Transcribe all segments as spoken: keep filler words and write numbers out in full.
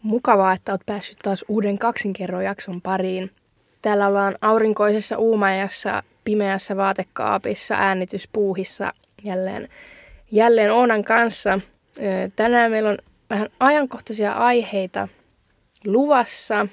Mukavaa, että olet päässyt taas uuden kaksinkerrojakson pariin. Täällä ollaan aurinkoisessa uumajassa, pimeässä vaatekaapissa, äänityspuuhissa jälleen, jälleen Oonan kanssa. Tänään meillä on vähän ajankohtaisia aiheita luvassa.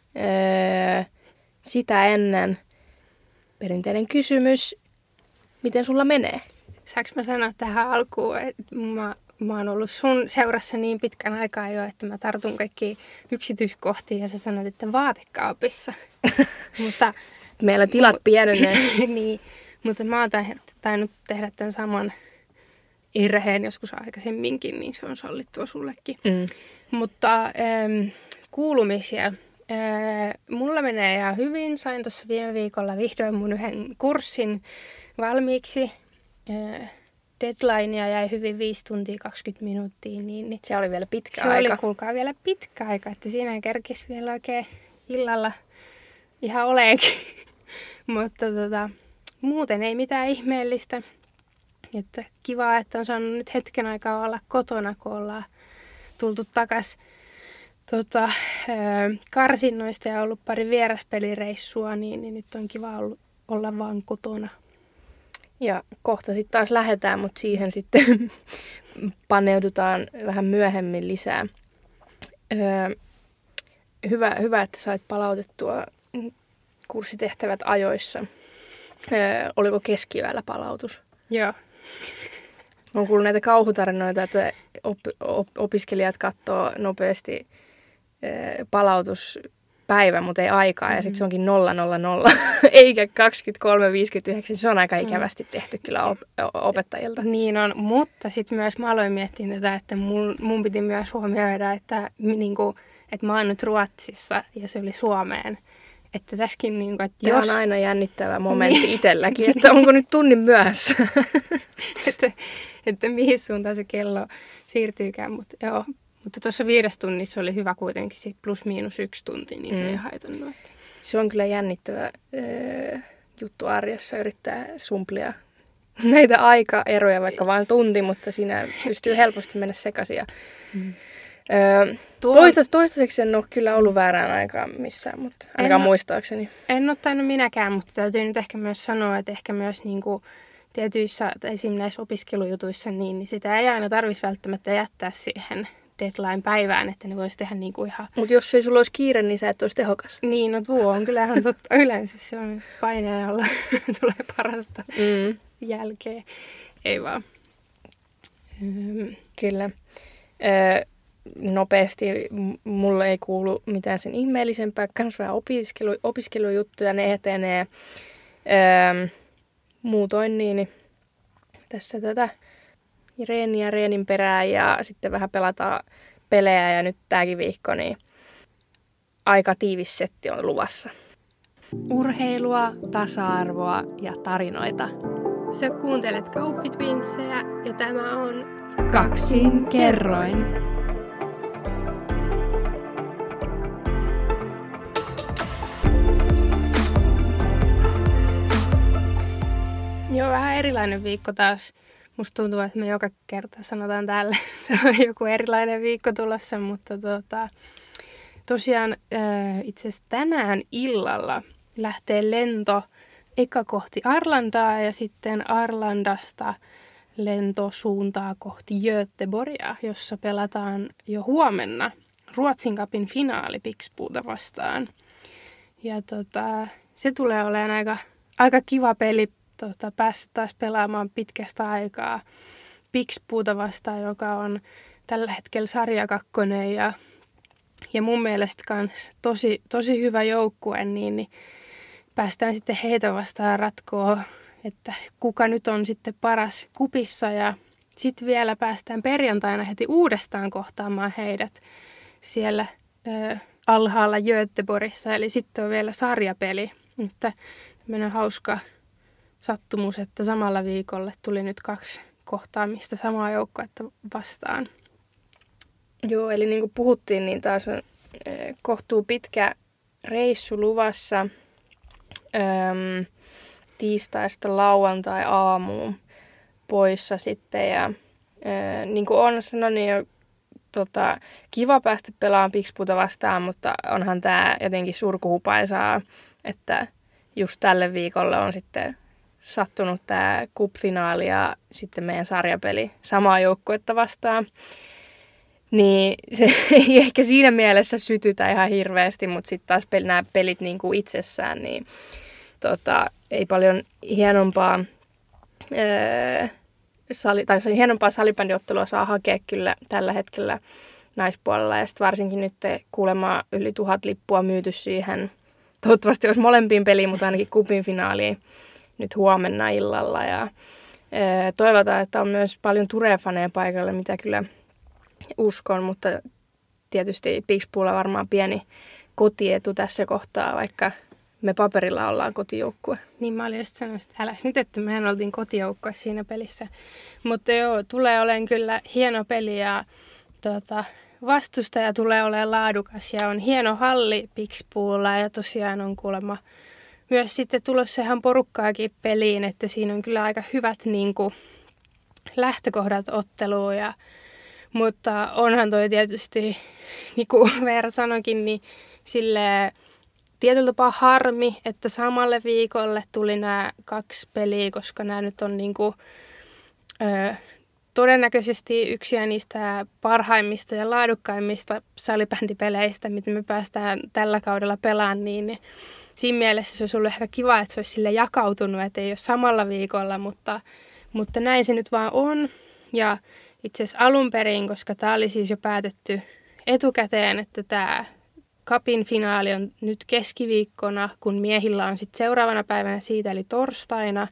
Sitä ennen perinteinen kysymys, miten sulla menee? Saanko mä sanoa tähän alkuun, että mä, mä oon ollut sun seurassa niin pitkän aikaa jo, että mä tartun kaikkiin yksityiskohtiin ja sä sanot, että vaatekaapissa. Mutta, meillä tilat pienenee. niin, mutta mä oon tainnut tehdä tämän saman irheen joskus aikaisemminkin, niin se on sallittua sullekin. Mm. Mutta ähm, kuulumisia. Äh, mulla menee ihan hyvin. Sain tuossa viime viikolla vihdoin mun yhden kurssin valmiiksi. Äh, deadlinea jäi hyvin viisi tuntia kaksikymmentä minuuttia. Niin, niin se oli vielä pitkä se aika. Se oli, kuulkaa, vielä pitkä aika, että siinä kerkisi vielä oikein illalla ihan oleenkin. Mutta tota, muuten ei mitään ihmeellistä. Että kiva, että on saanut nyt hetken aikaa olla kotona, kun ollaan tultu takas tota, karsinnoista ja ollut pari vieraspelireissua, niin, niin nyt on kiva ollut, olla vaan kotona. Ja kohta sitten taas lähdetään, mutta siihen sitten paneudutaan vähän myöhemmin lisää. Öö, hyvä, hyvä, että sait palautettua kurssitehtävät ajoissa. Öö, oliko keskiyöllä palautus? Joo. Olen kuullut näitä kauhutarinoita, että op, op, opiskelijat katsoo nopeasti öö, palautuspäivän, mutta ei aikaa. Mm-hmm. Ja sitten se onkin nolla nolla nolla, eikä kaksikymmentäkolme viisikymmentäyhdeksän. Se on aika ikävästi tehty kyllä op, opettajilta. Niin on, mutta sitten myös mä aloin miettiä tätä, että mun, mun piti myös huomioida, että, niinku, että mä oon nyt Ruotsissa ja se oli Suomeen. Että tässäkin niin kuin, että Tämä jos... on aina jännittävä momentti itselläkin, että onko nyt tunnin myöhässä. että, että mihin suuntaan se kello siirtyykään, mutta joo. Mutta tuossa viides tunnissa oli hyvä kuitenkin se plus miinus yksi tunti, niin mm. se ei haitannut. Se on kyllä jännittävä äh, juttu arjessa yrittää sumplia näitä aikaeroja, vaikka vain tunti, mutta siinä pystyy helposti mennä sekaisin. Mm. Öö, Toistais, toistaiseksi en ole kyllä ollut väärään aikaan missään, mutta ainakaan en, muistaakseni. En ole tainnut minäkään, mutta täytyy nyt ehkä myös sanoa, että ehkä myös niin kuin tietyissä, esimerkiksi näissä opiskelujutuissa, niin, niin sitä ei aina tarvitsisi välttämättä jättää siihen deadline-päivään, että ne voisi tehdä niin kuin ihan... Mutta jos ei sulla olisi kiire, niin sä et olisi tehokas. Niin, no tuo on kyllähän totta. Yleensä se on paineen alla tulee parasta mm. jälkeen. Ei vaan. Mm. Kyllä. Öö, Nopeasti mulle ei kuulu mitään sen ihmeellisempää, kans vähän opiskelu, opiskelujuttuja, ne etenee. Öö, muutoin niin tässä tätä reeniä reenin perään ja sitten vähän pelataan pelejä ja nyt tääkin viikko, niin aika tiivis setti on luvassa. Urheilua, tasa-arvoa ja tarinoita. Sä kuuntelet Kauppitwinsejä ja tämä on Kaksin kerroin. Joo, vähän erilainen viikko taas. Musta tuntuu, että me joka kerta sanotaan täällä, että on joku erilainen viikko tulossa, mutta tota, tosiaan itse asiassa tänään illalla lähtee lento eka kohti Arlandaa ja sitten Arlandasta lento suuntaa kohti Göteborgia, jossa pelataan jo huomenna Ruotsin cupin finaali Pixboota vastaan. Ja tota, se tulee olemaan aika, aika kiva peli. Tota, päästä taas pelaamaan pitkästä aikaa Pixboota vastaan, joka on tällä hetkellä sarjakakkonen ja, ja mun mielestä kans tosi, tosi hyvä joukkue, niin, niin päästään sitten heitä vastaan ratkoa, että kuka nyt on sitten paras kupissa ja sitten vielä päästään perjantaina heti uudestaan kohtaamaan heidät siellä ö, alhaalla Göteborgissa, eli sitten on vielä sarjapeli, mutta tämmöinen hauska sattumus, että samalla viikolla tuli nyt kaksi kohtaamista samaa joukkuetta vastaan. Joo, eli niin kuin puhuttiin, niin taas on äh, kohtuu pitkä reissu luvassa ähm, tiistaista lauantai-aamuun poissa sitten. Ja äh, niin kuin Oona sanoi, niin jo tota, kiva päästä pelaamaan Pixpuuta vastaan, mutta onhan tämä jotenkin surkuhupaisaa, että just tälle viikolle on sitten sattunut tämä cup-finaali ja sitten meidän sarjapeli samaa joukkuetta vastaan. Niin se ei ehkä siinä mielessä sytytä ihan hirveästi, mutta sitten taas pel- nämä pelit niin kuin itsessään, niin tota, ei paljon hienompaa, ää, sali, tai hienompaa salibändiottelua saa hakea kyllä tällä hetkellä naispuolella. Ja sitten varsinkin nyt kuulemma yli tuhat lippua myyty siihen. Toivottavasti olisi molempiin peliin, mutta ainakin cupin finaaliin nyt huomenna illalla. Ja, ää, toivotaan, että on myös paljon Ture-faneja paikalla, mitä kyllä uskon, mutta tietysti Pixpuulla varmaan pieni kotietu tässä kohtaa, vaikka me paperilla ollaan kotijoukkue. Niin mä olin just sanonut, että äläs nyt, että mehän oltiin kotijoukkue siinä pelissä. Mutta joo, tulee olemaan kyllä hieno peli ja tuota, vastustaja tulee olemaan laadukas ja on hieno halli Pixpuulla ja tosiaan on kuulemma myös sitten tulossa ihan porukkaakin peliin, että siinä on kyllä aika hyvät niin kuin, lähtökohdat otteluun ja mutta onhan toi tietysti, niin kuin Veera sanoikin, niin silleen tietyllä tapaa harmi, että samalle viikolle tuli nämä kaksi peliä, koska nämä nyt on niin kuin, ö, todennäköisesti yksiä niistä parhaimmista ja laadukkaimmista salibändipeleistä, mitä me päästään tällä kaudella pelaamaan, niin siinä mielessä se olisi ollut ehkä kiva, että se olisi sille jakautunut, että ei ole samalla viikolla, mutta, mutta näin se nyt vaan on. Ja itse asiassa alun perin, koska tämä oli siis jo päätetty etukäteen, että tämä cupin finaali on nyt keskiviikkona, kun miehillä on sitten seuraavana päivänä siitä, eli torstaina.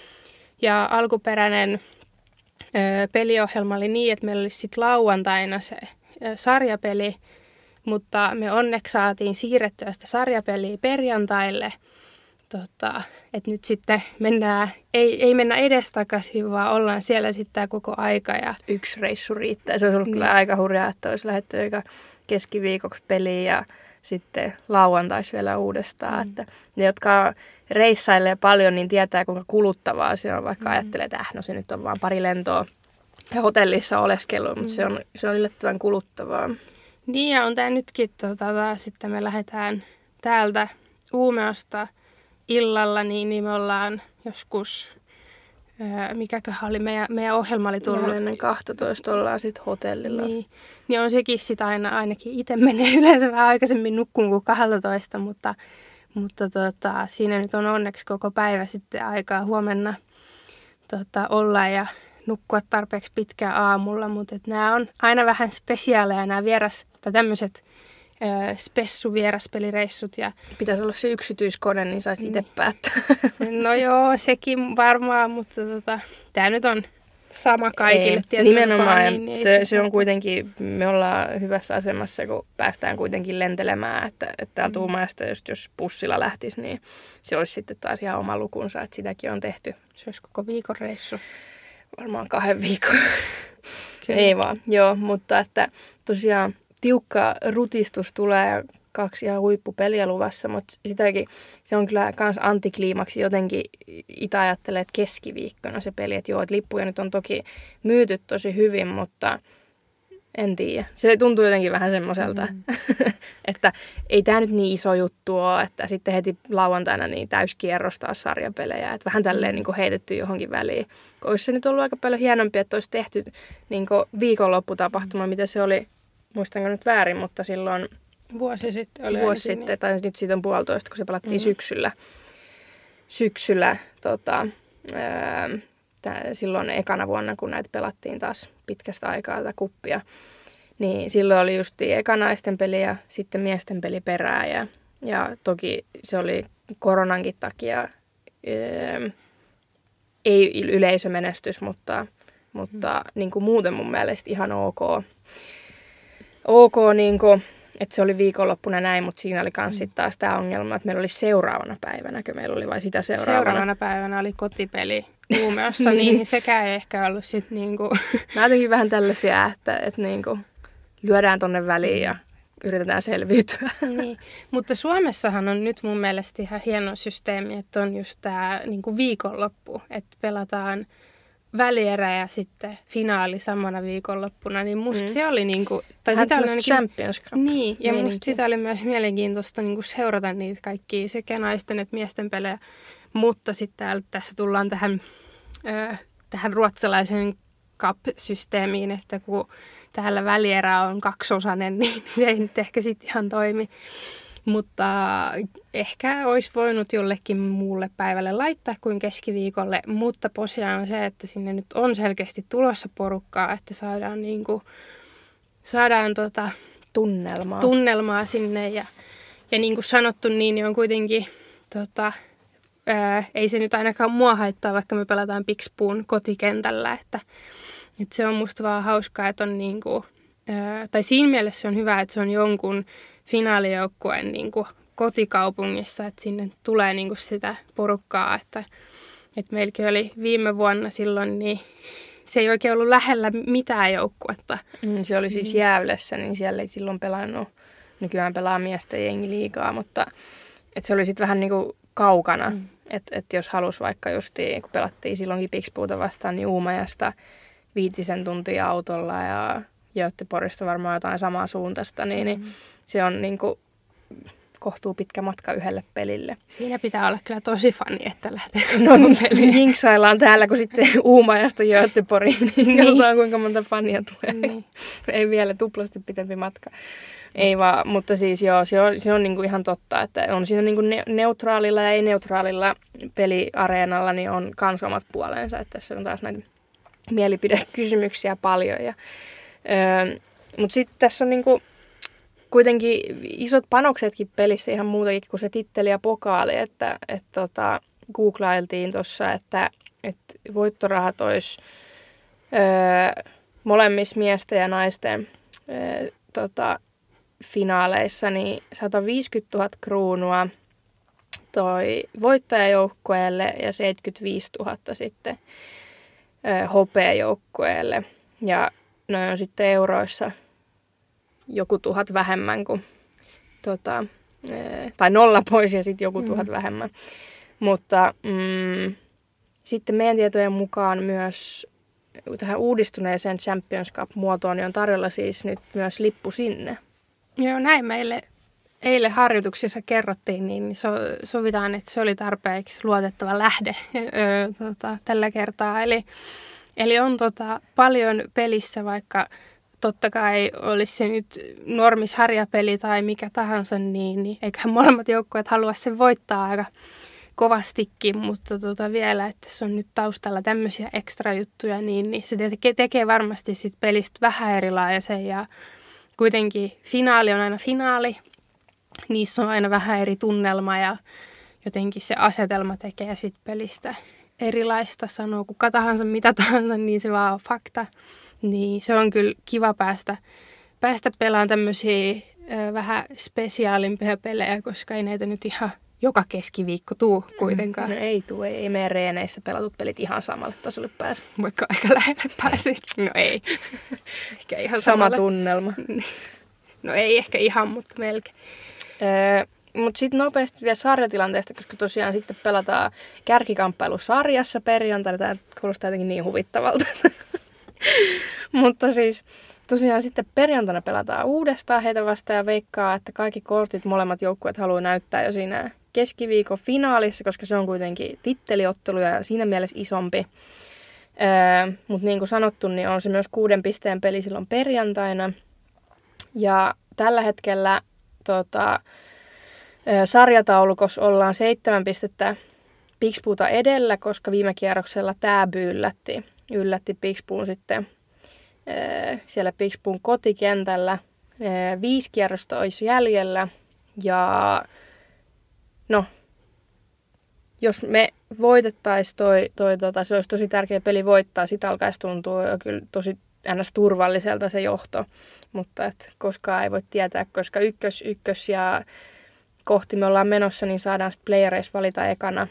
Ja alkuperäinen ö, peliohjelma oli niin, että meillä olisi sitten lauantaina se ö, sarjapeli, mutta me onneksi saatiin siirrettyä sitä sarjapeliä perjantaille. Tota, että nyt sitten mennään, ei, ei mennä edestakaisin, vaan ollaan siellä sitten koko aika. Ja yksi reissu riittää. Se olisi ollut niin. Kyllä aika hurjaa, että olisi lähdetty aika keskiviikoksi peliin ja sitten lauantaisi vielä uudestaan. Mm. Että ne, jotka reissailee paljon, niin tietää, kuinka kuluttavaa se on, vaikka mm. ajattelee, että äh, no se nyt on vaan pari lentoa ja hotellissa oleskelu, mutta mm. se, on, se on yllättävän kuluttavaa. Niin, ja on tämä nytkin, tota, taas, sitten me lähdetään täältä Uumeosta illalla, niin, niin me ollaan joskus, ää, mikäköhän oli, meidän, meidän ohjelma oli tullut. Ja ennen kaksitoista ollaan sitten hotellilla. Niin, niin on sekin sitä aina, ainakin itse menee yleensä vähän aikaisemmin nukkuun kuin kaksitoista, mutta, mutta tota, siinä nyt on onneksi koko päivä sitten aikaa huomenna tota, olla ja nukkua tarpeeksi pitkään aamulla, mutta nämä on aina vähän spesiaaleja nämä vieras, tai tämmöiset spessu-vieraspelireissut. Ja pitäisi olla se yksityiskone, niin saisi itse päättää. No joo, sekin varmaan, mutta tota, tämä nyt on sama kaikille. Ei, nimenomaan. Niin, niin se, se on kuitenkin, me ollaan hyvässä asemassa, kun päästään kuitenkin lentelemään, että, että täältä Uumaista, jos, jos bussilla lähtisi, niin se olisi sitten taas ihan oma lukunsa, että sitäkin on tehty. Se olisi koko viikon reissu. Varmaan kahden viikon. Ei vaan, joo, mutta että tosiaan tiukka rutistus tulee ja kaksi ihan huippupeliä luvassa, mutta sitäkin se on kyllä kans antikliimaksi jotenkin. Itä ajattelee, että keskiviikkona se peli, että joo, että lippuja nyt on toki myyty tosi hyvin, mutta en tiedä. Se tuntuu jotenkin vähän semmoiselta, mm. että ei tämä nyt niin iso juttu ole, että sitten heti lauantaina niin täyskierros taas sarjapelejä, että vähän tälleen niin kuin heitetty johonkin väliin. Olisi se nyt ollut aika paljon hienompi, että olisi tehty niin kuin viikonlopputapahtuma, mitä se oli, muistanko nyt väärin, mutta silloin vuosi sitten oli vuosi sitten, niin. Tai nyt siitä on puolitoista, kun se pelattiin mm-hmm. syksyllä. Syksyllä tota, ää, tää, silloin ekana vuonna, kun näitä pelattiin taas pitkästä aikaa tätä kuppia, niin silloin oli just eka naisten peli ja sitten miesten peli perään. Ja, ja toki se oli koronankin takia ää, ei yleisömenestys, mutta, mutta mm. niin kuin muuten mun mielestä ihan ok. Ok, niin kuin, että se oli viikonloppuna näin, mutta siinä oli myös mm. taas tämä ongelma, että meillä oli seuraavana päivänä, kun meillä oli vai sitä seuraavana. Seuraavana päivänä oli kotipeli Uumeossa, niin. niin sekään ei ehkä ollut sitten niinku. Mä jotenkin vähän tällaisia, että, että niinku lyödään tonne väliin ja yritetään selviytyä. Niin. Mutta Suomessahan on nyt mun mielestä ihan hieno systeemi, että on just tämä niinku viikonloppu, että pelataan välierä ja sitten finaali samana viikonloppuna, niin musta mm. se oli niinku... Tai sitä oli ainakin Champions Cup. Niin, ja meininki. Musta sitä oli myös mielenkiintoista niinku seurata niitä kaikkia sekä naisten että miesten pelejä. Mutta sitten tässä tullaan tähän, ö, tähän ruotsalaisen cup-systeemiin, että kun täällä välierä on kaksiosainen, niin se ei nyt ehkä sitten ihan toimi. Mutta ehkä olisi voinut jollekin muulle päivälle laittaa kuin keskiviikolle, mutta tosiaan on se, että sinne nyt on selkeästi tulossa porukkaa, että saadaan, niinku, saadaan tota tunnelmaa. tunnelmaa sinne. Ja, ja niin kuin sanottu, niin on kuitenkin, tota, ää, ei se nyt ainakaan mua haittaa, vaikka me pelataan Pixboon kotikentällä, että, että se on musta vaan hauskaa, että on niinku, ää, tai siinä mielessä se on hyvä, että se on jonkun finaalijoukkueen niin kuin kotikaupungissa, että sinne tulee niin kuin sitä porukkaa, että, että meilläkin oli viime vuonna silloin, niin se ei oikein ollut lähellä mitään joukkuetta. Mm, se oli siis Jäävlessä, niin siellä ei silloin pelannut, nykyään pelaa miesten jengi liigaa, mutta että se oli sitten vähän niin kuin kaukana, mm. että et jos halusi vaikka justiin, kun pelattiin silloinkin Pixboota vastaan, niin Uumajasta viitisen tuntia autolla ja Göteborgista varmaan jotain samaa suuntaista, niin, mm. niin se on niin kuin kohtuu pitkä matka yhdelle pelille. Siinä pitää olla kyllä tosi fani, että lähtee no, jinksaillaan täällä, kun sitten Uumajasta Göteborgiin, niin, niin katsotaan kuinka monta fania tulee. Niin. Ei vielä tuplasti pitempi matka. Ei vaan, mutta siis joo, se on, se on niin kuin ihan totta, että on siinä niin kuin ne, neutraalilla ja ei-neutraalilla peliareenalla niin on kans omat puolensa, että tässä on taas näitä mielipidekysymyksiä paljon. Ja, öö, mutta sitten tässä on niinku kuitenkin isot panoksetkin pelissä ihan muutakin kuin se titteli ja pokaali, että et tota, googlailtiin tuossa, että et voittorahat olisi öö, molemmissa miesten ja naisten öö, tota, finaaleissa niin sata viisikymmentätuhatta kruunua toi voittajajoukkueelle ja seitsemänkymmentäviisituhatta sitten öö, hopeajoukkueelle. Ja ne on sitten euroissa joku tuhat vähemmän kuin, tota, tai nolla pois ja sitten joku mm. tuhat vähemmän. Mutta mm, sitten meidän tietojen mukaan myös tähän uudistuneeseen Champions Cup-muotoon niin on tarjolla siis nyt myös lippu sinne. Joo, näin meille eilen harjoituksissa kerrottiin, niin so, sovitaan, että se oli tarpeeksi luotettava lähde öö, tota, tällä kertaa. Eli, eli on tota, paljon pelissä, vaikka totta kai olisi se nyt normisharjapeli tai mikä tahansa, niin, niin eiköhän molemmat joukkueet halua sen voittaa aika kovastikin, mutta tota vielä, että se on nyt taustalla tämmöisiä ekstra juttuja, niin, niin se tekee, tekee varmasti sit pelistä vähän erilaisen ja kuitenkin finaali on aina finaali, niissä on aina vähän eri tunnelma ja jotenkin se asetelma tekee sit pelistä erilaista, sanoo kuka tahansa mitä tahansa, niin se vaan on fakta. Niin se on kyllä kiva päästä, päästä pelaamaan tämmöisiä ö, vähän spesiaalimpia pelejä, koska ei näitä nyt ihan joka keskiviikko tuu kuitenkaan. No ei tuu, ei, ei meidän reeneissä pelatut pelit ihan samalle tasolle pääse. Vaikka aika lähelle pääsi. No ei. Ehkä ihan sama samalle. Tunnelma. No ei ehkä ihan, mutta melkein. Öö, mutta sitten nopeasti vielä sarjatilanteesta, koska tosiaan sitten pelataan kärkikamppailu sarjassa perjantaina. Tämä kuulostaa jotenkin niin huvittavalta. Mutta siis tosiaan sitten perjantaina pelataan uudestaan heitä vastaan ja veikkaa, että kaikki kortit molemmat joukkueet haluaa näyttää jo siinä keskiviikon finaalissa, koska se on kuitenkin titteliottelu ja siinä mielessä isompi. Öö, Mutta niin kuin sanottu, niin on se myös kuuden pisteen peli silloin perjantaina. Ja tällä hetkellä tota, öö, sarjataulukossa ollaan seitsemän pistettä Pixboota edellä, koska viime kierroksella Täby yllätti. Yllätti Pixboon sitten ee, siellä Pixboon kotikentällä. Ee, viisi kierrosta olisi jäljellä. Ja no, jos me voitettaisiin toi, toi tota, se olisi tosi tärkeä peli voittaa. Sitä alkaisi tuntua jo kyllä tosi ns. Turvalliselta se johto. Mutta et koskaan ei voi tietää, koska ykkös, ykkös ja kohti me ollaan menossa, niin saadaan sitten playereissa valita ekana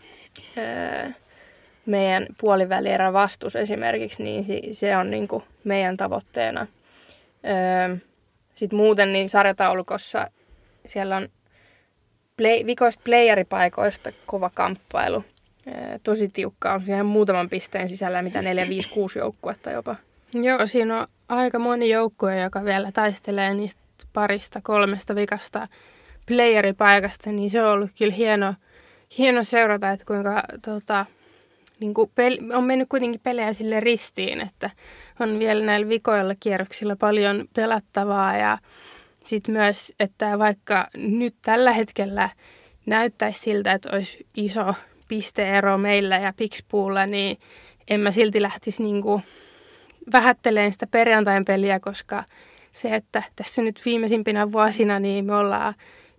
Ee, meidän puolivälierän vastus esimerkiksi, niin se on niin kuin meidän tavoitteena. Öö, Sitten muuten niin sarjataulukossa siellä on play, vikoista playeripaikoista kova kamppailu. tosi tiukkaa. On ihan muutaman pisteen sisällä, mitä neljä, viisi, kuusi joukkuetta jopa. Joo, siinä on aika moni joukkue, joka vielä taistelee niistä parista, kolmesta vikasta playeripaikasta, niin se on ollut kyllä hieno, hieno seurata, että kuinka tota, niin kuin peli, on mennyt kuitenkin pelejä sille ristiin, että on vielä näillä vikoilla kierroksilla paljon pelattavaa ja sitten myös, että vaikka nyt tällä hetkellä näyttäisi siltä, että olisi iso pisteero meillä ja Pixpoolla, niin en mä silti lähtisi niin kuin vähätteleen sitä perjantain peliä, koska se, että tässä nyt viimeisimpinä vuosina niin me ollaan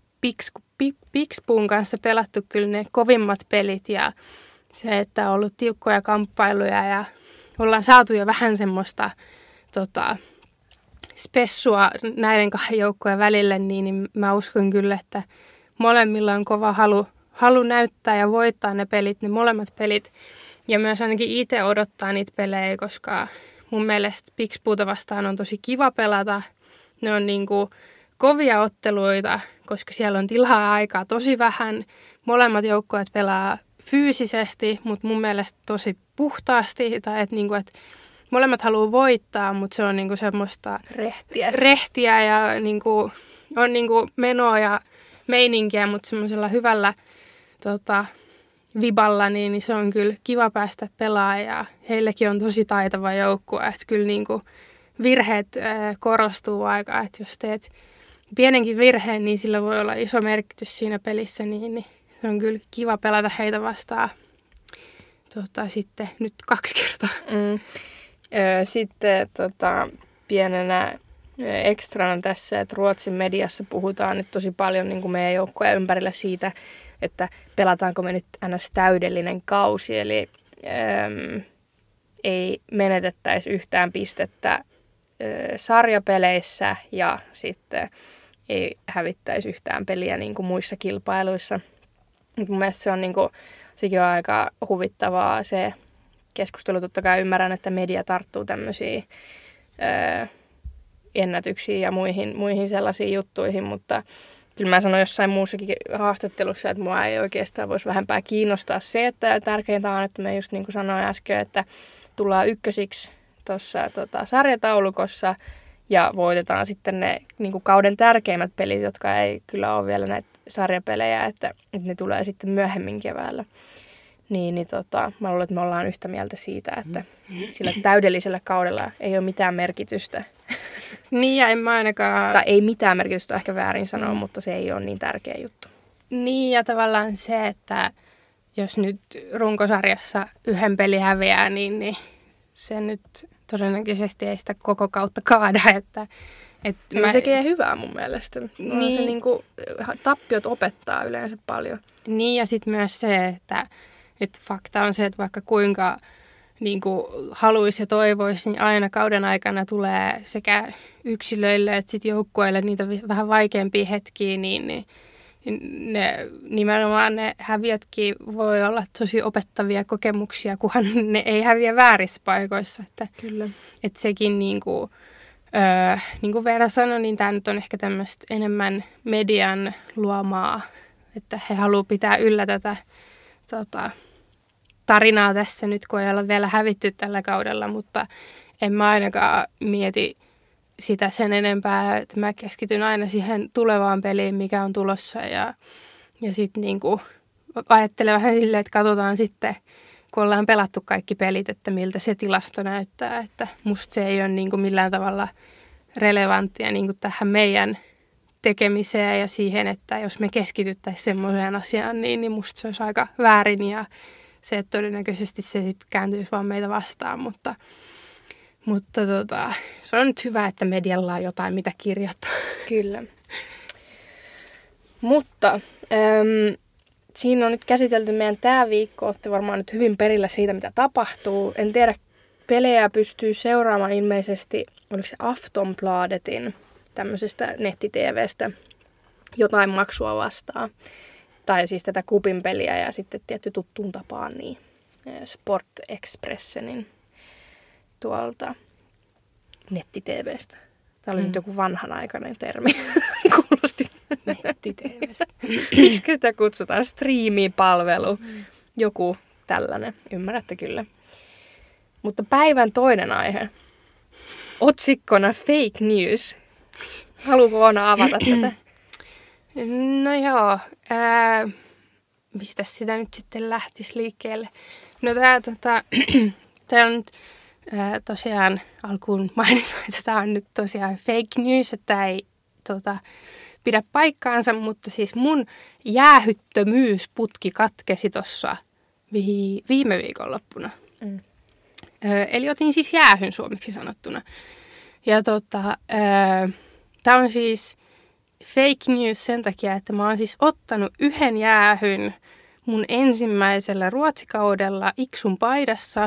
Pixpoon kanssa pelattu kyllä ne kovimmat pelit ja se, että on ollut tiukkoja kamppailuja ja ollaan saatu jo vähän semmoista tota, spessua näiden kahden joukkojen välille, niin, niin mä uskon kyllä, että molemmilla on kova halu, halu näyttää ja voittaa ne pelit, ne molemmat pelit. Ja myös ainakin itse odottaa niitä pelejä, koska mun mielestä Pixpoota vastaan on tosi kiva pelata. Ne on niinku kovia otteluita, koska siellä on tilaa aikaa tosi vähän. Molemmat joukkueet pelaa fyysisesti, mutta mun mielestä tosi puhtaasti. Tai että niinku, et molemmat haluaa voittaa, mutta se on niinku semmoista rehtiä, rehtiä ja niinku, on niinku menoa ja meininkiä, mutta semmoisella hyvällä tota, viballa, niin, niin se on kyllä kiva päästä pelaamaan ja heilläkin on tosi taitava joukkue, että kyllä niin kuin virheet äh, korostuu aika, että jos teet pienenkin virheen, niin sillä voi olla iso merkitys siinä pelissä, niin, niin se on kyllä kiva pelata heitä vastaan tota, sitten nyt kaksi kertaa. Mm. Sitten tota, pienenä ekstrana tässä, että Ruotsin mediassa puhutaan nyt tosi paljon niin kuin meidän joukkueen ympärillä siitä, että pelataanko me nyt ns. Täydellinen kausi, eli äm, ei menetettäisi yhtään pistettä ä, sarjapeleissä ja sitten ei hävittäisi yhtään peliä niin kuin muissa kilpailuissa. Mun mielestä se on, niin kuin, sekin on aika huvittavaa se keskustelu. Totta kai ymmärrän, että media tarttuu tämmöisiin ä, ennätyksiin ja muihin, muihin sellaisiin juttuihin, mutta kyllä mä sanoin jossain muussakin haastattelussa, että mua ei oikeastaan voisi vähempää kiinnostaa se, että tärkeintä on, että me just niin kuin sanoin äsken, että tullaan ykkösiksi tuossa tota, sarjataulukossa ja voitetaan sitten ne niin kuin kauden tärkeimmät pelit, jotka ei kyllä ole vielä näitä sarjapelejä, että, että ne tulee sitten myöhemmin keväällä. Niin, niin tota, mä luulen, että me ollaan yhtä mieltä siitä, että sillä täydellisellä kaudella ei ole mitään merkitystä. Niin ja en mä ainakaan... Tai ei mitään merkitystä, ehkä väärin sanoa, mm. mutta se ei ole niin tärkeä juttu. Niin ja tavallaan se, että jos nyt runkosarjassa yhden peli häviää, niin, niin se nyt todennäköisesti ei sitä koko kautta kaada. Että, että mä... Se tekee hyvää mun mielestä. Niin. Se niin kuin, tappiot opettaa yleensä paljon. Niin ja sitten myös se, että, että fakta on se, että vaikka kuinka... niin kuin haluaisi ja toivoisi, niin aina kauden aikana tulee sekä yksilöille että sit joukkueille niitä vähän vaikeampia hetkiä, niin, niin ne, nimenomaan ne häviötkin voi olla tosi opettavia kokemuksia, kunhan ne ei häviä väärissä paikoissa. Että, Kyllä. Että sekin, niin kuin, öö, niin kuin Veera sanoi, niin tämä nyt on ehkä tämmöistä enemmän median luomaa, että he haluavat pitää yllä tätä tota, tarinaa tässä nyt, kun ei olla vielä hävitty tällä kaudella, mutta en mä ainakaan mieti sitä sen enempää, että mä keskityn aina siihen tulevaan peliin, mikä on tulossa ja, ja sitten niinku ajattelen vähän silleen, että katsotaan sitten, kun ollaan pelattu kaikki pelit, että miltä se tilasto näyttää, että musta se ei ole niinku millään tavalla relevanttia niinku tähän meidän tekemiseen ja siihen, että jos me keskityttäisiin semmoiseen asiaan, niin, niin musta se olisi aika väärin ja se, että todennäköisesti se sitten kääntyisi vaan meitä vastaan, mutta, mutta tota, se on nyt hyvä, että medialla on jotain, mitä kirjoittaa. Kyllä. Mutta äm, siinä on nyt käsitelty meidän tämä viikko. Olette varmaan nyt hyvin perillä siitä, mitä tapahtuu. En tiedä, pelejä pystyy seuraamaan ilmeisesti, oliko se Aftonbladetin tämmöisestä netti-tv:stä jotain maksua vastaan. Tai siis tätä kupin peliä ja sitten tietty tuttuun tapaan niin Sport Expressenin tuolta netti-tv:stä. Tämä oli mm. nyt joku vanhanaikainen termi. Kuulosti. Netti-tv:stä. Miksi sitä kutsutaan? Striimipalvelu. Mm. Joku tällainen, ymmärrätte kyllä. Mutta päivän toinen aihe, otsikkona fake news. Haluatko Oona avata tätä? No joo, ää, mistä sitä nyt sitten lähtisi liikkeelle? No tää, tota, tää on nyt ää, tosiaan alkuun mainittu, että tämä on nyt tosiaan fake news, että tämä ei tota, pidä paikkaansa, mutta siis mun jäähyttömyysputki katkesi tuossa vi- viime viikonloppuna. Mm. Ö, eli otin siis jäähyn suomeksi sanottuna. Ja tota, tämä on siis fake news sen takia, että mä oon siis ottanut yhden jäähyn mun ensimmäisellä ruotsikaudella Iksun paidassa.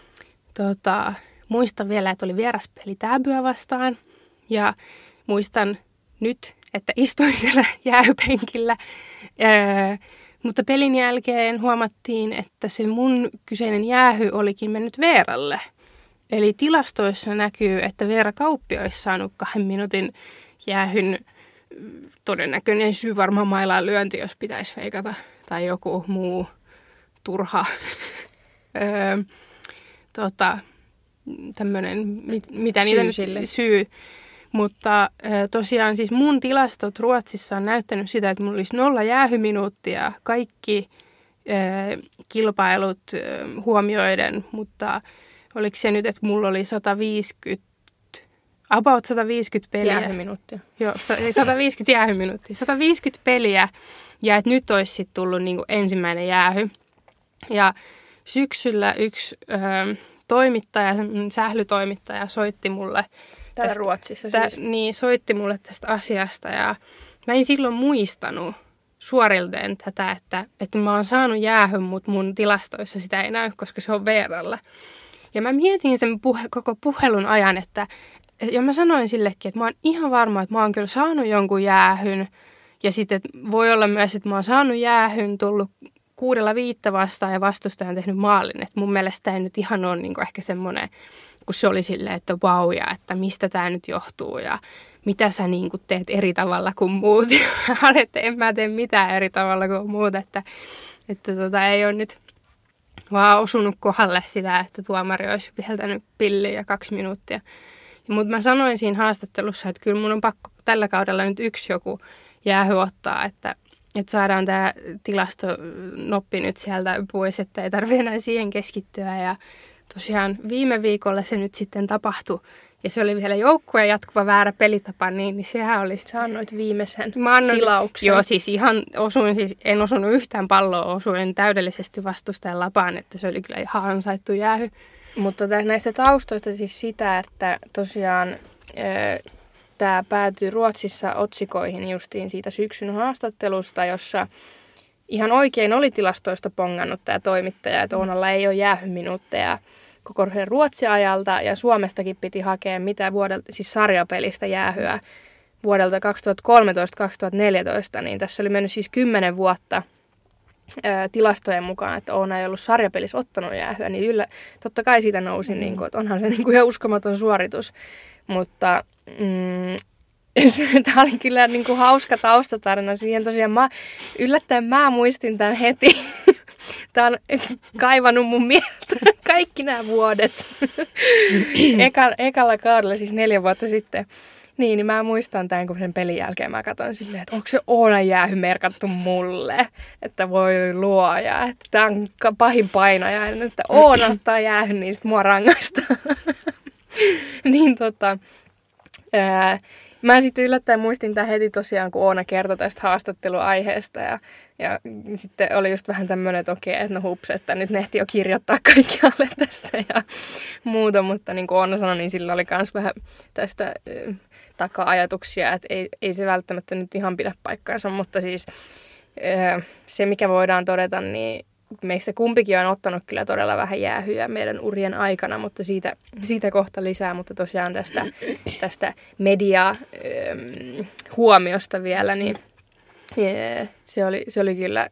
Tota, muistan vielä, että oli vieraspeli Täbyä vastaan. Ja muistan nyt, että istuin siellä jäähypenkillä. Öö, mutta pelin jälkeen huomattiin, että se mun kyseinen jäähy olikin mennyt Veeralle. Eli tilastoissa näkyy, että Veera Kauppi olisi saanut kahden minuutin jäähyn. Todennäköinen syy varmaan mailaan lyönti, jos pitäisi feikata. Tai joku muu turha öö, tota, tämmöinen, mit, mitä syy niitä nyt sille. syy. Mutta ö, tosiaan siis mun tilastot Ruotsissa on näyttänyt sitä, että mulla olisi nolla jäähyminuuttia kaikki ö, kilpailut ö, huomioiden, mutta oliko se nyt, että mulla oli sata viisikymmentä, about sata viisikymmentä peliä. Jäähyminuuttia. Joo, sata viisikymmentä jäähyminuuttia. sata viisikymmentä peliä ja että nyt olisi sitten tullut niinku ensimmäinen jäähy. Ja syksyllä yksi ö, toimittaja, sählytoimittaja soitti mulle Täällä tästä, Ruotsissa tä, siis. Niin, soitti mulle tästä asiasta ja mä en silloin muistanut suorilteen tätä, että, että mä oon saanut jäähyn, mutta mun tilastoissa sitä ei näy, koska se on Veeralla. Ja mä mietin sen puhe, koko puhelun ajan, että ja mä sanoin sillekin, että mä oon ihan varma, että mä oon kyllä saanut jonkun jäähyn. Ja sitten voi olla myös, että mä oon saanut jäähyn, tullut kuudella viittä vastaan ja vastustaja on tehnyt maalin. Että mun mielestä ei nyt ihan ole niin kuin ehkä semmoinen, kun se oli silleen, että vau, ja että mistä tämä nyt johtuu ja mitä sä niin kuin teet eri tavalla kuin muut. Ja että en mä tee mitään eri tavalla kuin muut, että, että tota, ei ole nyt vaan osunut kohdalle sitä, että tuomari olisi viheltänyt pilliä kaksi minuuttia. Mutta mä sanoin siinä haastattelussa, että kyllä mun on pakko tällä kaudella nyt yksi joku jäähy ottaa, että, että saadaan tämä tilastonoppi nyt sieltä pois, että ei tarvitse enää siihen keskittyä. Ja tosiaan viime viikolla se nyt sitten tapahtui. Ja se oli vielä joukkueen jatkuva väärä pelitapa, niin, niin sehän oli... Sä annoit viimeisen annoin, silauksen. Joo, siis ihan osuin, siis en osunut yhtään palloa, osuin täydellisesti vastustajan lapaan, että se oli kyllä ihan ansaittu jäähy. Mutta näistä taustoista siis sitä, että tosiaan tämä päätyi Ruotsissa otsikoihin justiin siitä syksyn haastattelusta, jossa ihan oikein oli tilastoista pongannut tämä toimittaja, että Oonalla ei ole jäähyminuutteja koko sen Ruotsi-ajalta, ja Suomestakin piti hakea mitä vuodelta, siis sarjapelistä jäähyä vuodelta kaksituhattakolmetoista kaksituhattaneljätoista, niin tässä oli mennyt siis kymmenen vuotta ää, tilastojen mukaan, että Oona ei ollut sarjapelissä ottanut jäähyä, niin yllä, totta kai siitä nousi, mm. niin kuin, että onhan se niin kuin ihan uskomaton suoritus, mutta mm, tämä oli kyllä niin kuin hauska taustatarina siihen. Tosiaan mä, yllättäen mä muistin tämän heti. Tämä on kaivannut mun mieltä kaikki nämä vuodet. Eka, ekalla kaudella, siis neljä vuotta sitten. Niin, niin mä muistan tämän, kun sen pelin jälkeen mä katsoin silleen, että onko se Oonan jäähy merkattu mulle. Että voi luoja, että tämä on pahin painaja. Että Oona ottaa jäähy, niin sit mua rangaistaan. niin tota... Ää, Mä sitten yllättäen muistin tämän heti tosiaan, kun Oona kertoi tästä haastatteluaiheesta ja, ja sitten oli just vähän tämmöinen, että okei, että no hups, että nyt ne ehti jo kirjoittaa kaikki alle tästä ja muuta, mutta niin kuin Oona sanoi, niin sillä oli myös vähän tästä äh, taka-ajatuksia, että ei, ei se välttämättä nyt ihan pidä paikkaansa, mutta siis äh, se mikä voidaan todeta, niin meistä kumpikin on ottanut kyllä todella vähän jäähyä meidän urien aikana, mutta siitä, siitä kohta lisää, mutta tosiaan tästä, tästä media-huomiosta vielä, niin se oli, se oli kyllä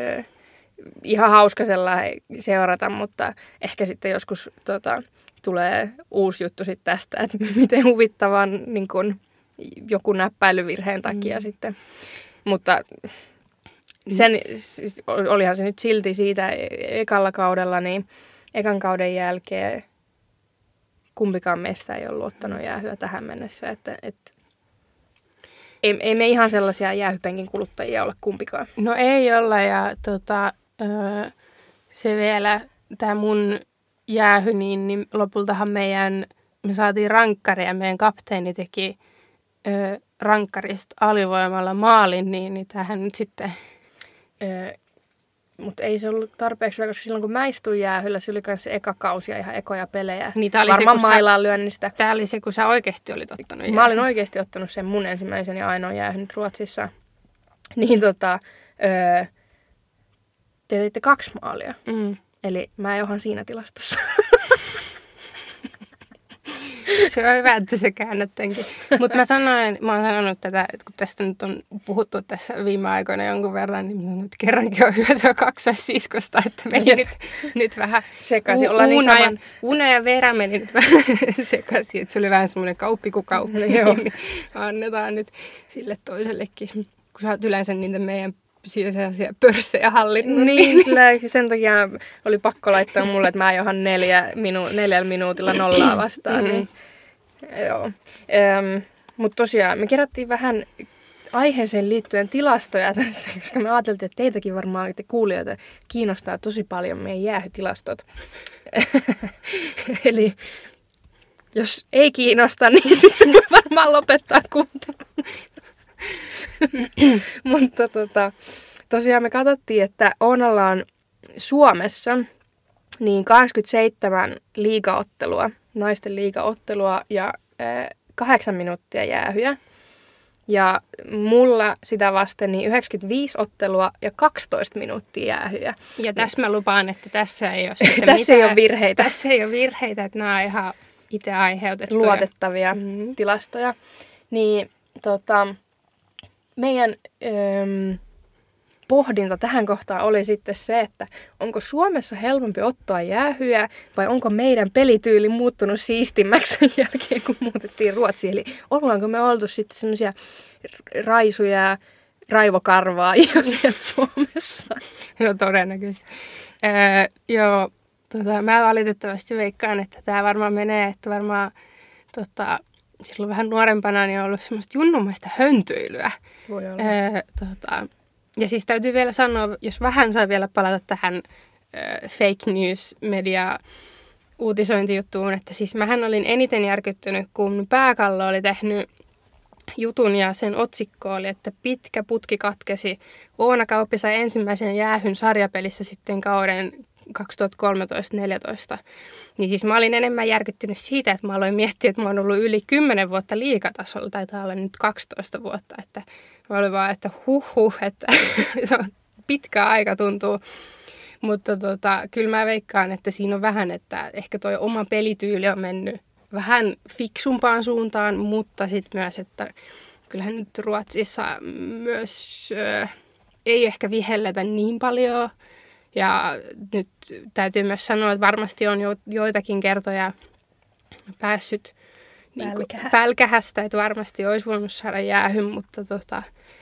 ihan hauska sellainen seurata, mutta ehkä sitten joskus tota, tulee uusi juttu sitten tästä, että miten huvittavan niin kun, joku näppäilyvirheen takia mm. sitten, mutta sen, siis olihan se nyt silti siitä ekalla kaudella, niin ekan kauden jälkeen kumpikaan meistä ei ollut ottanut jäähyä tähän mennessä, että, että ei, ei me ihan sellaisia jäähypenkin kuluttajia ole kumpikaan. No ei olla ja tota, öö, se vielä, tämä mun jäähy, niin, niin lopultahan meidän, me saatiin rankkari ja meidän kapteeni teki öö, rankkarista alivoimalla maalin, niin, niin tämähän nyt sitten... Öö, mutta ei se ollut tarpeeksi hyvä, koska silloin kun mä istuin jäähyllä, se oli myös se eka kausi ja ihan ekoja pelejä. Niin, varmaan mailaan lyönnistä. Tämä oli se, kun sä oikeasti olit ottanut jäähy. Mä olin oikeasti ottanut sen mun ensimmäisen ja ainoan jäähy nyt Ruotsissa. Niin tota, öö, te teitte kaksi maalia. Mm. Eli mä en ohan siinä tilastossa. Se on hyvä, että se käännättenkin. Mutta mä sanoin, mä oon sanonut tätä, että kun tästä nyt on puhuttu tässä viime aikoina jonkun verran, niin mä nyt kerrankin on hyötyä kaksoissiskosta, että meni nyt, nyt vähän sekaisin. U- Ollaan niin uuna, saman... ja, uuna ja verä meni nyt vähän sekaisin, että se oli vähän semmoinen kauppi kuin kauppi. No, joo. Niin annetaan nyt sille toisellekin, kun sä oot yleensä niitä meidän sellaisia pörssejä hallinnut. Niin, kyllä. Sen takia oli pakko laittaa mulle, että mä johan neljä minu- neljällä minuutilla nollaa vastaan. Mm-hmm. Niin, joo. Öm, mutta tosiaan me kerättiin vähän aiheeseen liittyen tilastoja tässä, koska me ajateltiin, että teitäkin varmaan te kuulijoita kiinnostaa tosi paljon meidän jäähytilastot. Eli jos ei kiinnosta, niin sitten voi varmaan lopettaa kuuntelun. Mutta tota, tosiaan me katsottiin, että Oonalla on Suomessa niin kahdeksankymmentäseitsemän liigaottelua, naisten liigaottelua ja äh, kahdeksan minuuttia jäähyä. Ja mulla sitä vasten niin yhdeksänkymmentäviisi ottelua ja kaksitoista minuuttia jäähyä. Ja tässä mä lupaan, että tässä ei ole tässä mitään, ei ole virheitä. Tässä ei ole virheitä, että nämä on ihan itse aiheutettuja. Luotettavia mm-hmm. tilastoja. Niin tota... Meidän öö, pohdinta tähän kohtaan oli sitten se, että onko Suomessa helpompi ottaa jäähyä vai onko meidän pelityyli muuttunut siistimmäksi sen jälkeen, kun muutettiin Ruotsiin. Eli ollaanko me oltu sitten semmoisia raisuja ja raivokarvaa jo siellä Suomessa? No todennäköisesti. Öö, joo, tota, mä valitettavasti veikkaan, että tämä varmaan menee, että varmaan tota, silloin vähän nuorempana niin on ollut semmoista junnumaista höntyilyä. Voi olla. Öö, tota, ja siis täytyy vielä sanoa, jos vähän saa vielä palata tähän öö, fake news media uutisointijuttuun, että siis mähän olin eniten järkyttynyt, kun Pääkallo oli tehnyt jutun ja sen otsikko oli, että pitkä putki katkesi. Oona Kauppi sai ensimmäisen jäähyn sarjapelissä sitten kauden kaksituhattakolmetoista neljätoista. Niin siis mä olin enemmän järkyttynyt siitä, että mä aloin miettiä, että mä oon ollut yli kymmenen vuotta liigatasolla, taitaa olla nyt kaksitoista vuotta, että mä olin vaan, että huh huh, että se on pitkä aika tuntuu. Mutta tota, kyllä mä veikkaan, että siinä on vähän, että ehkä toi oma pelityyli on mennyt vähän fiksumpaan suuntaan, mutta sitten myös, että kyllähän nyt Ruotsissa myös ö, ei ehkä vihelletä niin paljon. Ja nyt täytyy myös sanoa, että varmasti on jo, joitakin kertoja päässyt niin pälkähästä, että varmasti olisi voinut saada jäähyn, mutta tota,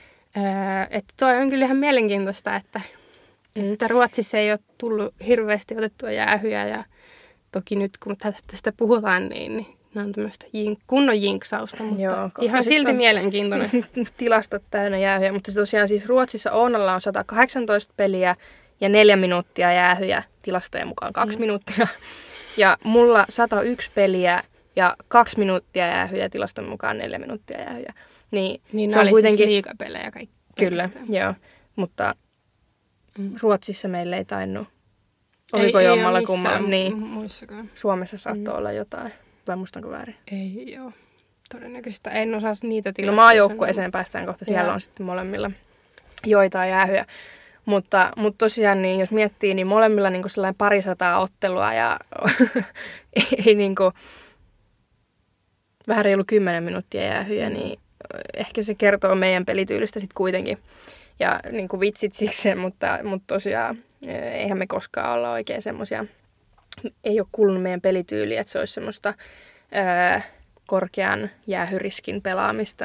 ää, että toi on kyllä ihan mielenkiintoista, että, mm. että Ruotsissa ei ole tullut hirveästi otettua jäähyjä ja toki nyt kun tästä puhutaan, niin, niin nämä on tämmöistä jink, kunnon jinksausta, mutta joo, ihan silti mielenkiintoinen. Tilastot täynnä jäähyjä, mutta se tosiaan siis Ruotsissa Oonalla on sata kahdeksantoista peliä, ja neljä minuuttia jäähyjä, tilastojen mukaan kaksi mm. minuuttia. Ja mulla sata yksi peliä ja kaksi minuuttia jäähyjä, tilaston mukaan neljä minuuttia jäähyjä. Niin, niin se on kuitenkin siis liigapelejä kaikki. Kyllä, joo. Mutta mm. Ruotsissa meillä ei tainnut. Oliko ei, jommalla ei kummalla? Niin. Muissakaan. Suomessa saattoi mm. olla jotain. Vai muistanko väärin? Ei joo. Todennäköisesti en osaa niitä tilastoja. No maajoukkueeseen päästään kohta. Siellä ja. On sitten molemmilla joitain jäähyjä. Mutta, mutta tosiaan, niin jos miettii, niin molemmilla niin kuin sellainen parisataa ottelua ja ei niin kuin, vähän reilu kymmenen minuuttia jäähyjä, niin ehkä se kertoo meidän pelityylistä sitten kuitenkin. Ja niin kuin vitsit siksi, mutta, mutta tosiaan eihän me koskaan olla oikein semmoisia, ei ole kuulunut meidän pelityyliä, että se olisi semmoista ää, korkean jäähyriskin pelaamista.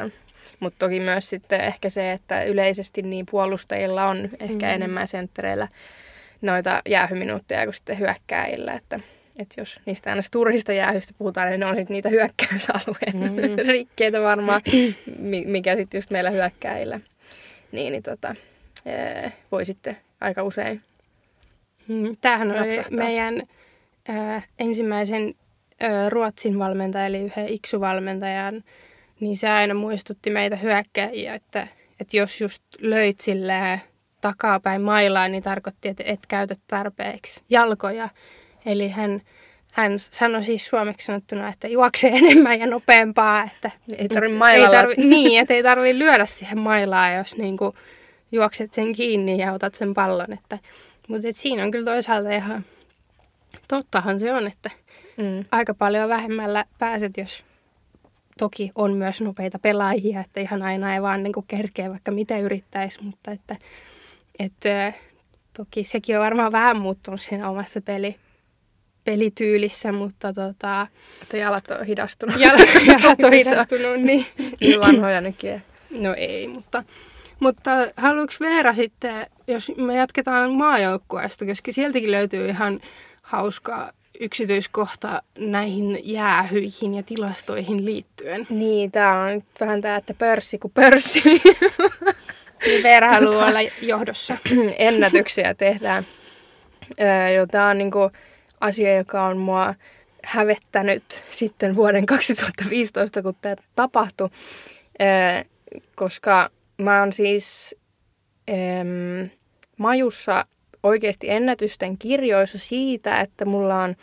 Mutta toki myös sitten ehkä se, että yleisesti niin puolustajilla on ehkä mm. enemmän senttereillä noita jäähyminuutteja kuin sitten hyökkääjillä, että että jos niistä aina turhista jäähyistä puhutaan, niin ne on sitten niitä hyökkäysalueen mm. rikkeitä varmaan, mikä sitten just meillä hyökkääjillä. Niin, niin tota, voi sitten aika usein Tämähän oli napsahtaa. Meidän äh, ensimmäisen äh, Ruotsin valmentaja, eli yhden iksuvalmentajan, niin se aina muistutti meitä hyökkääjiä, että, että jos just löit silleen takapäin mailaa, niin tarkoitti, että et käytä tarpeeksi jalkoja. Eli hän, hän sanoi siis suomeksi sanottuna, että juoksee enemmän ja nopeampaa. Että ei tarvitse mailalla. Tarvi, niin, että ei tarvitse lyödä siihen mailaan, jos niinku juokset sen kiinni ja otat sen pallon. Että, mutta et siinä on kyllä toisaalta ihan tottahan se on, että mm. aika paljon vähemmällä pääset, jos toki on myös nopeita pelaajia, että ihan aina ei vaan niinku kerkeä vaikka mitä yrittäisi, mutta että, että toki sekin on varmaan vähän muuttunut siinä omassa peli. pelityylissä, mutta tota... Että jalat on hidastunut. Jalat, jalat on hidastunut, niin. Niin vanhoja nykyään. No ei, mutta... Mutta haluatko Veera sitten, jos me jatketaan maajoukkueesta, koska sieltäkin löytyy ihan hauska yksityiskohta näihin jäähyihin ja tilastoihin liittyen. Niin, tää on nyt vähän tää, että pörssi kuin pörssi. Niin Veera haluaa olla johdossa. Ennätyksiä tehdään. Öö, jo, tää on niinku asia, joka on mua hävettänyt sitten vuoden kaksituhattaviisitoista, kun tämä tapahtui, öö, koska mä oon siis öö, majussa oikeasti ennätysten kirjoissa siitä, että mulla on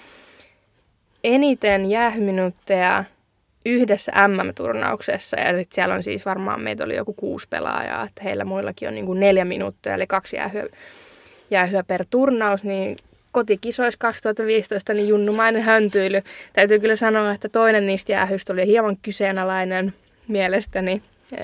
eniten jäähyminuutteja yhdessä äm äm-turnauksessa. Eli siellä on siis varmaan, meitä oli joku kuusi pelaajaa, että heillä muillakin on niin kuin neljä minuuttia, eli kaksi jäähyä, jäähyä per turnaus, niin kotikisoissa kaksituhattaviisitoista niin junnumainen höntyily. Täytyy kyllä sanoa, että toinen niistä jäähyistä oli hieman kyseenalainen mielestäni.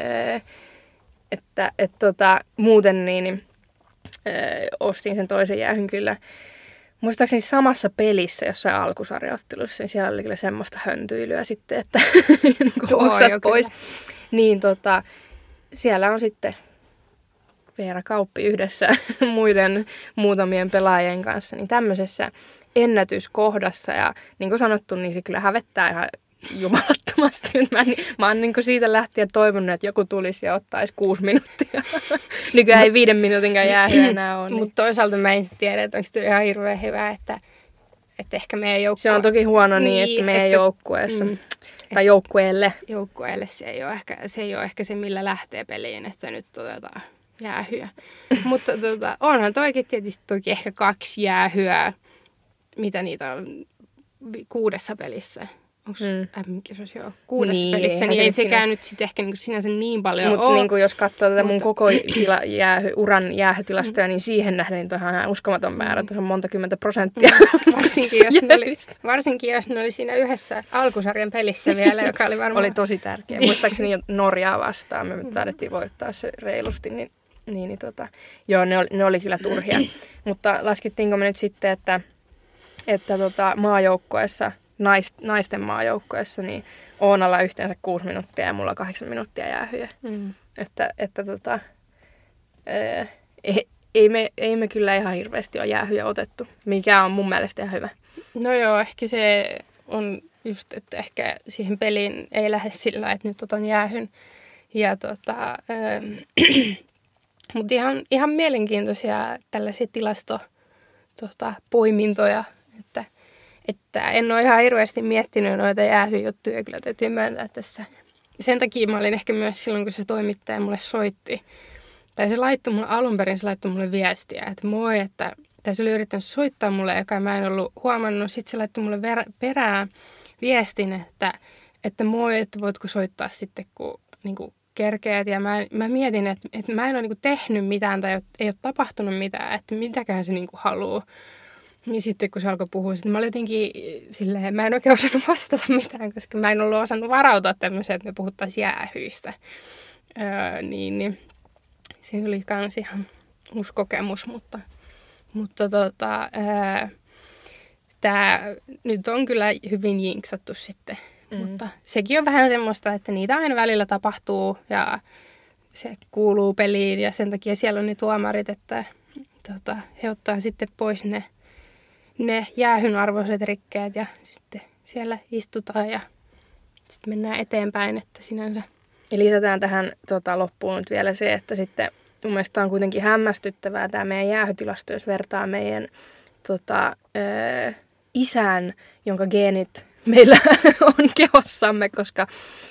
Että et tota, muuten niin Öö, ostin sen toisen jäähyn kyllä. Muistaakseni samassa pelissä, jossain alkusarjaottelussa, niin siellä oli kyllä semmoista höntyilyä sitten, että niin oksat pois. Niin tota, siellä on sitten Veera Kauppi yhdessä muiden muutamien pelaajien kanssa, niin tämmöisessä ennätyskohdassa. Ja niin kuin sanottu, niin se kyllä hävettää ihan jumalattomasti. Mä, mä oon niin siitä lähtien toivonut, että joku tulisi ja ottaisi kuusi minuuttia. Nykyään ei viiden minuutinkaan jäähyä enää ole. Niin. Mutta toisaalta mä en tiedä, että onko se ihan hirveän hyvä, että, että ehkä meidän joukkue... Se on toki huono niin, niin että meidän että, joukkueessa, mm, tai joukkueelle. Joukkueelle se ei, ole ehkä, se ei ole ehkä se, millä lähtee peliin, että nyt otetaan jäähyä. Mutta tota, onhan toikin tietysti toki ehkä kaksi jäähyä, mitä niitä on kuudessa pelissä. Onko mm. äm-kisossa joo kuudessa niin, pelissä, niin ei sekään nyt sitten ehkä niinku sinänsä niin paljon Mutta niinku jos katsoo tätä mun koko tila, jäähy, uran jäähytilastoja, niin siihen nähden niin on ihan uskomaton määrä, tuohon monta kymmentä prosenttia. Varsinkin jos, ne oli, varsinkin jos ne oli siinä yhdessä alkusarjan pelissä vielä, joka oli varmaan... Oli tosi tärkeä. Muistaakseni Norjaa vastaan, me taidettiin voittaa se reilusti, niin, niin, niin tota, joo, ne oli, ne oli kyllä turhia. Mutta laskettiinko me nyt sitten, että, että tota, maajoukkueessa... naisten maajoukkueessa, niin Oonalla yhteensä kuusi minuuttia ja mulla kahdeksan minuuttia jäähyjä. Mm. Että, että tota, ää, ei, ei, me, ei me kyllä ihan hirveästi ole jäähyjä otettu, mikä on mun mielestä ihan hyvä. No joo, ehkä se on just, että ehkä siihen peliin ei lähde sillä, että nyt otan jäähyn. Ja tota, mutta ihan, ihan mielenkiintoisia tällaisia tilasto tota, poimintoja, että Että en ole ihan hirveästi miettinyt noita jäähyjuttuja, kyllä täytyy myöntää tässä. Sen takia mä olin ehkä myös silloin, kun se toimittaja mulle soitti. Tai se laittoi mulle, alun perin se laittoi mulle viestiä, että moi, että... Tai se oli yrittänyt soittaa mulle, joka mä en ollut huomannut. Sitten se laittoi mulle ver- perään viestin, että, että moi, että voitko soittaa sitten, kun niin kuin kerkeät. Ja mä, mä mietin, että, että mä en ole niin kuin tehnyt mitään tai ei ole tapahtunut mitään, että mitäköhän se niin kuin haluaa. Ja sitten kun se alkoi puhua, niin mä olin jotenkin silleen, mä en oikein osannut vastata mitään, koska mä en ollut osannut varautua tämmöiseen, että me puhuttaisiin jäähyistä. Öö, niin, niin se oli kans ihan uusi kokemus, mutta, mutta tota, öö, tää nyt on kyllä hyvin jinksattu sitten Mm. Mutta sekin on vähän semmoista, että niitä aina välillä tapahtuu ja se kuuluu peliin ja sen takia siellä on ne tuomarit, että tota, he ottaa sitten pois ne, ne jäähyn arvoiset rikkeet ja sitten siellä istutaan ja sitten mennään eteenpäin, että sinänsä. Ja lisätään tähän tota, loppuun nyt vielä se, että sitten mun mielestä on kuitenkin hämmästyttävää tämä meidän jäähytilasto, jos vertaa meidän tota, ö, isän, jonka geenit meillä on kehossamme, koska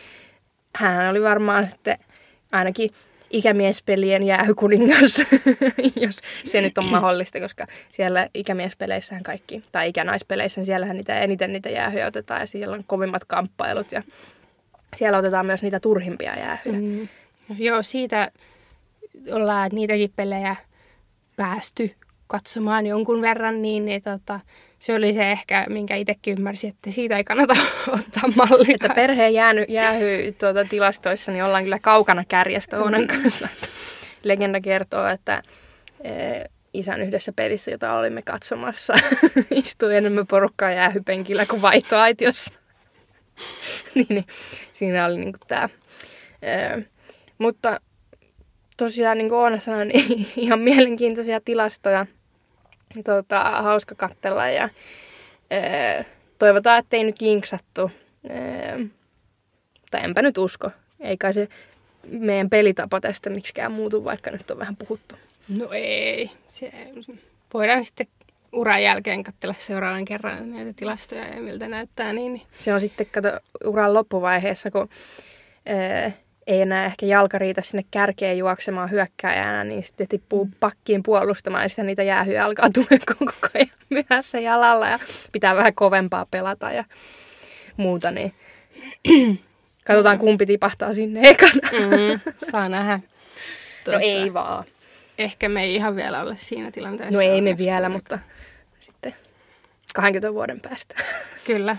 hän oli varmaan sitten ainakin ikämiespelien jäähykuningas, jos se nyt on mahdollista, koska siellä ikämiespeleissähän kaikki, tai ikänaispeleissä, siellähän niitä eniten niitä jäähyjä otetaan ja siellä on kovimmat kamppailut ja siellä otetaan myös niitä turhimpia jäähyjä. Mm. Joo, siitä ollaan niitäkin pelejä päästy katsomaan jonkun verran, niin, niin tota, se oli se ehkä, minkä itsekin ymmärsin, että siitä ei kannata ottaa mallia. Että perheen jääny, jäähy tuota, tilastoissa niin ollaan kyllä kaukana kärjestä Oonan kanssa. Legenda kertoo, että e, isän yhdessä pelissä, jota olimme katsomassa, istui enemmän porukkaa jäähypenkillä kuin vaihtoaitiossa. niin, niin, siinä oli niin kuin tämä. E, mutta tosiaan, niin kuin Oona sanoi, niin ihan mielenkiintoisia tilastoja. Tuota, hauska katsella ja ee, toivotaan, ettei nyt jinksattu. Ee, tai enpä nyt usko. Ei kai se meidän pelitapa tästä miksikään muutu, vaikka nyt on vähän puhuttu. No ei. Se, voidaan sitten uran jälkeen katsella seuraavan kerran näitä tilastoja ja miltä näyttää. Niin. Se on sitten kato uran loppuvaiheessa, kun ee, ei enää ehkä jalka riitä sinne kärkeen juoksemaan hyökkääjänä, niin sitten tippuu pakkiin puolustamaan ja sitten niitä jäähyjä alkaa tulla koko ajan myöhässä jalalla ja pitää vähän kovempaa pelata ja muuta. Niin katsotaan kumpi tipahtaa sinne ekana. Mm, saa nähdä. Tuota, no ei vaan. Ehkä me ei ihan vielä ole siinä tilanteessa. No ei me vielä, mutta sitten kaksikymmentä vuoden päästä. Kyllä.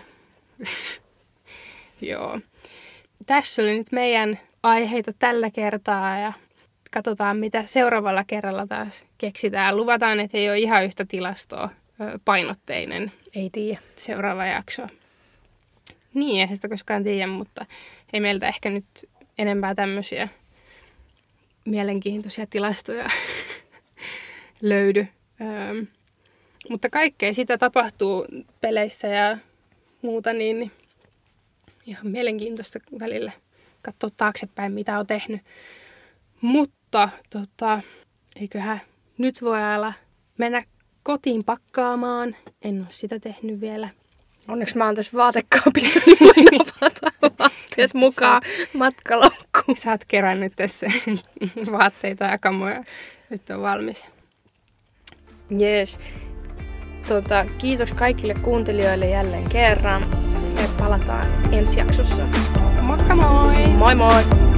Joo. Tässä oli nyt meidän aiheita tällä kertaa ja katsotaan, mitä seuraavalla kerralla taas keksitään. Luvataan, että ei ole ihan yhtä tilastoa painotteinen. Ei tiedä. Seuraava jakso. Niin, ei sitä koskaan tiedä, mutta ei meiltä ehkä nyt enempää tämmöisiä mielenkiintoisia tilastoja löydy. Öö, mutta kaikkea sitä tapahtuu peleissä ja muuta, niin ihan mielenkiintoista välillä katsoa taaksepäin, mitä on tehnyt. Mutta tota, eiköhän nyt voi ala mennä kotiin pakkaamaan. En ole sitä tehnyt vielä. Onneksi mä oon tässä vaatekaapissa, niin mä napataan vaatteet mukaan matkalaukkuun. Sä oot kerännyt tässä vaatteita ja kamoja. Nyt on valmis. Jees. Tota, kiitos kaikille kuuntelijoille jälleen kerran. Me palataan ensi jaksossa. Moikka moi! Moi moi!